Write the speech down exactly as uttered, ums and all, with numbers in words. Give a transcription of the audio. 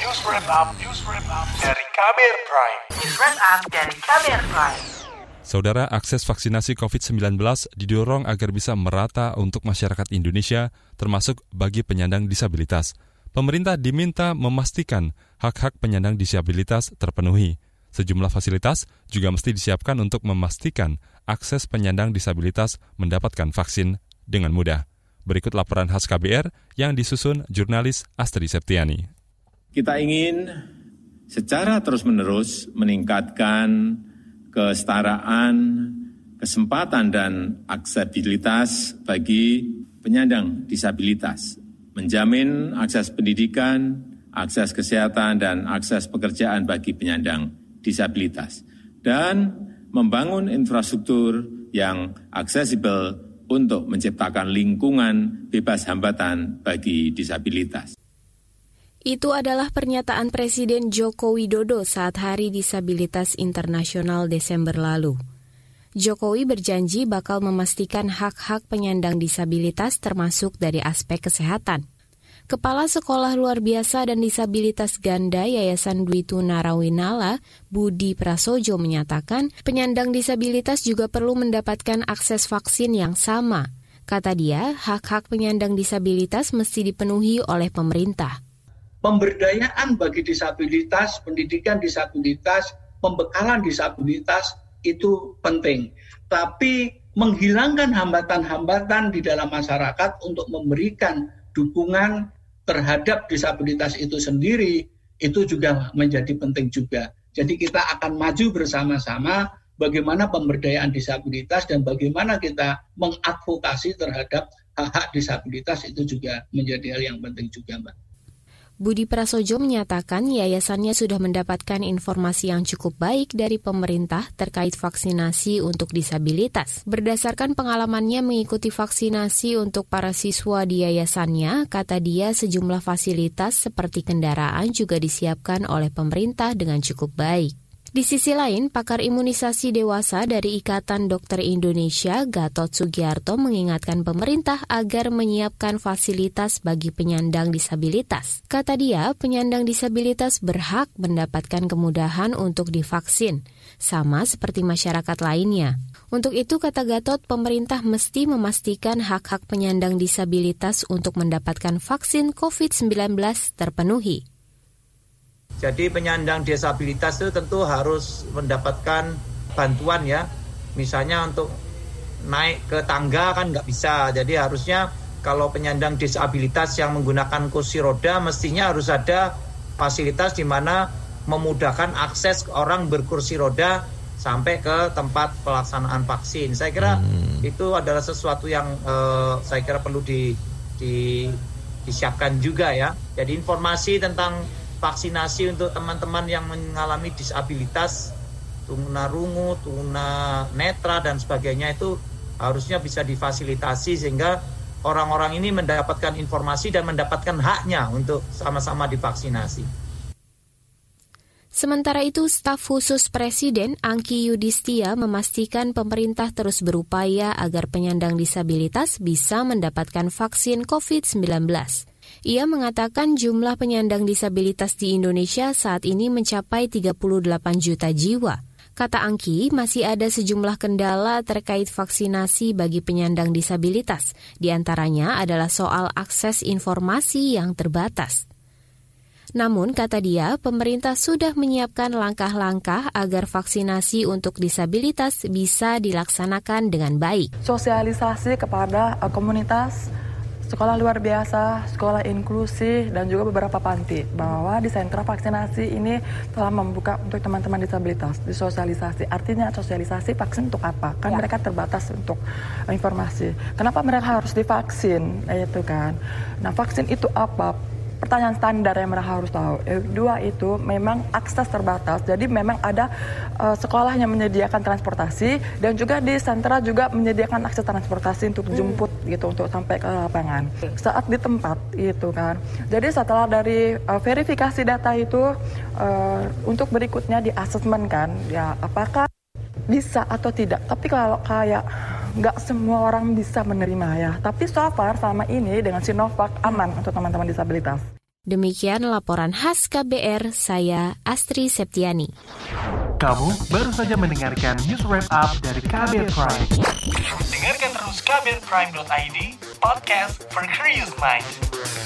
News Wrap Up, News Wrap Up dari Kamer Prime. News Wrap Up dari Kamer Prime. Saudara, akses vaksinasi covid sembilan belas didorong agar bisa merata untuk masyarakat Indonesia, termasuk bagi penyandang disabilitas. Pemerintah diminta memastikan hak-hak penyandang disabilitas terpenuhi. Sejumlah fasilitas juga mesti disiapkan untuk memastikan akses penyandang disabilitas mendapatkan vaksin dengan mudah. Berikut laporan khas K B R yang disusun jurnalis Astri Septiani. Kita ingin secara terus-menerus meningkatkan kesetaraan, kesempatan dan aksesibilitas bagi penyandang disabilitas, menjamin akses pendidikan, akses kesehatan, dan akses pekerjaan bagi penyandang disabilitas, dan membangun infrastruktur yang aksesibel untuk menciptakan lingkungan bebas hambatan bagi disabilitas. Itu adalah pernyataan Presiden Joko Widodo saat Hari Disabilitas Internasional Desember lalu. Jokowi berjanji bakal memastikan hak-hak penyandang disabilitas termasuk dari aspek kesehatan. Kepala Sekolah Luar Biasa dan Disabilitas Ganda Yayasan Dwi Tunarawinala, Budi Prasojo menyatakan penyandang disabilitas juga perlu mendapatkan akses vaksin yang sama. Kata dia, hak-hak penyandang disabilitas mesti dipenuhi oleh pemerintah. Pemberdayaan bagi disabilitas, pendidikan disabilitas, pembekalan disabilitas itu penting. Tapi menghilangkan hambatan-hambatan di dalam masyarakat untuk memberikan dukungan terhadap disabilitas itu sendiri, itu juga menjadi penting juga. Jadi kita akan maju bersama-sama bagaimana pemberdayaan disabilitas dan bagaimana kita mengadvokasi terhadap hak-hak disabilitas itu juga menjadi hal yang penting juga, Mbak. Budi Prasojo menyatakan yayasannya sudah mendapatkan informasi yang cukup baik dari pemerintah terkait vaksinasi untuk disabilitas. Berdasarkan pengalamannya mengikuti vaksinasi untuk para siswa di yayasannya, kata dia sejumlah fasilitas seperti kendaraan juga disiapkan oleh pemerintah dengan cukup baik. Di sisi lain, pakar imunisasi dewasa dari Ikatan Dokter Indonesia, Gatot Sugiarto, mengingatkan pemerintah agar menyiapkan fasilitas bagi penyandang disabilitas. Kata dia, penyandang disabilitas berhak mendapatkan kemudahan untuk divaksin, sama seperti masyarakat lainnya. Untuk itu, kata Gatot, pemerintah mesti memastikan hak-hak penyandang disabilitas untuk mendapatkan vaksin covid sembilan belas terpenuhi. Jadi penyandang disabilitas itu tentu harus mendapatkan bantuan ya. Misalnya untuk naik ke tangga kan nggak bisa. Jadi harusnya kalau penyandang disabilitas yang menggunakan kursi roda mestinya harus ada fasilitas di mana memudahkan akses orang berkursi roda sampai ke tempat pelaksanaan vaksin. Saya kira hmm. itu adalah sesuatu yang eh, saya kira perlu di, di, disiapkan juga ya. Jadi informasi tentang vaksinasi untuk teman-teman yang mengalami disabilitas, tunarungu, tuna netra dan sebagainya itu harusnya bisa difasilitasi sehingga orang-orang ini mendapatkan informasi dan mendapatkan haknya untuk sama-sama divaksinasi. Sementara itu, staf khusus Presiden Angki Yudhistia memastikan pemerintah terus berupaya agar penyandang disabilitas bisa mendapatkan vaksin covid sembilan belas. Ia mengatakan jumlah penyandang disabilitas di Indonesia saat ini mencapai tiga puluh delapan juta jiwa. Kata Angki, masih ada sejumlah kendala terkait vaksinasi bagi penyandang disabilitas. Di antaranya adalah soal akses informasi yang terbatas. Namun, kata dia, pemerintah sudah menyiapkan langkah-langkah agar vaksinasi untuk disabilitas bisa dilaksanakan dengan baik. Sosialisasi kepada komunitas, sekolah luar biasa, sekolah inklusi, dan juga beberapa panti bahwa di sentra vaksinasi ini telah membuka untuk teman-teman disabilitas disosialisasi. Artinya sosialisasi vaksin untuk apa? Kan ya. Mereka terbatas untuk informasi. Kenapa mereka harus divaksin? Itu kan. Nah, vaksin itu apa? Pertanyaan standar yang mereka harus tahu. Dua itu memang akses terbatas. Jadi memang ada uh, sekolah yang menyediakan transportasi dan juga di sentra juga menyediakan akses transportasi untuk jemput hmm. gitu untuk sampai ke lapangan. Saat di tempat itu kan. Jadi setelah dari uh, verifikasi data itu uh, untuk berikutnya di asesmen kan ya apakah bisa atau tidak. Tapi kalau kayak nggak semua orang bisa menerima ya. Tapi so far sama ini dengan Sinovac aman untuk teman-teman disabilitas. Demikian laporan khas K B R, saya Astri Septiani. Kamu baru saja mendengarkan news wrap up dari K B R Prime. Dengarkan terus k b r prime dot i d, podcast for curious mind.